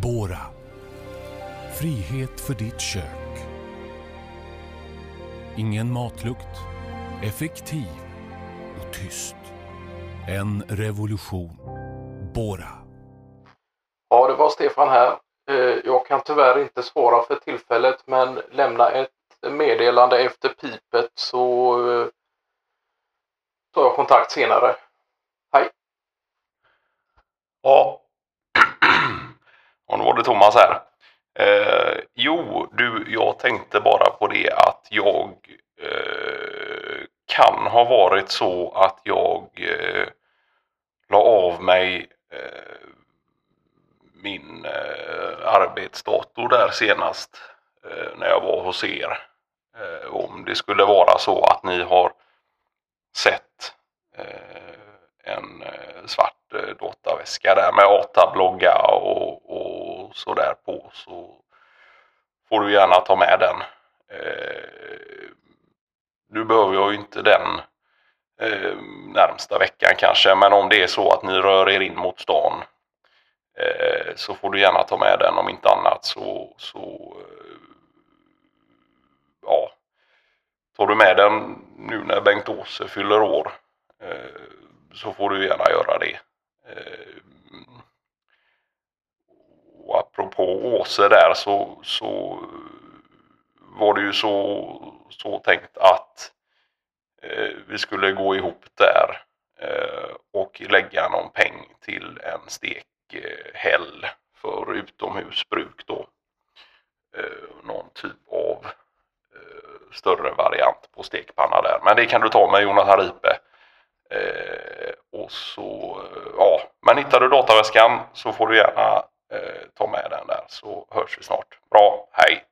Bora. Frihet för ditt kök. Ingen matlukt. Effektiv och tyst. En revolution. Bora. Ja, det var Stefan här. Jag kan tyvärr inte svara för tillfället, men lämna ett meddelande efter pipet så tar jag kontakt senare. Hej! Ja, och nu var det Thomas här. Jag tänkte bara på det att jag kan ha varit så att jag la av mig min arbetsdator där senast när jag var hos er. Om det skulle vara så att ni har sett en svart dataväska där med ATA-blogga och så där på, så får du gärna ta med den. Nu behöver jag ju inte den närmsta veckan kanske, men om det är så att ni rör er in mot stan så får du gärna ta med den. Om inte annat så tar du med den nu när Bengt Åse fyller år, så får du gärna göra det. Och apropå Åse där så var det ju så tänkt att vi skulle gå ihop där och lägga någon peng till en stekhäll för utomhusbruk då. Någon typ av större variant på stekpanna där. Men det kan du ta med Jonathan Ripe. Och så, men hittar du dataväskan så får du gärna ta med den där, så hörs vi snart. Bra, hej!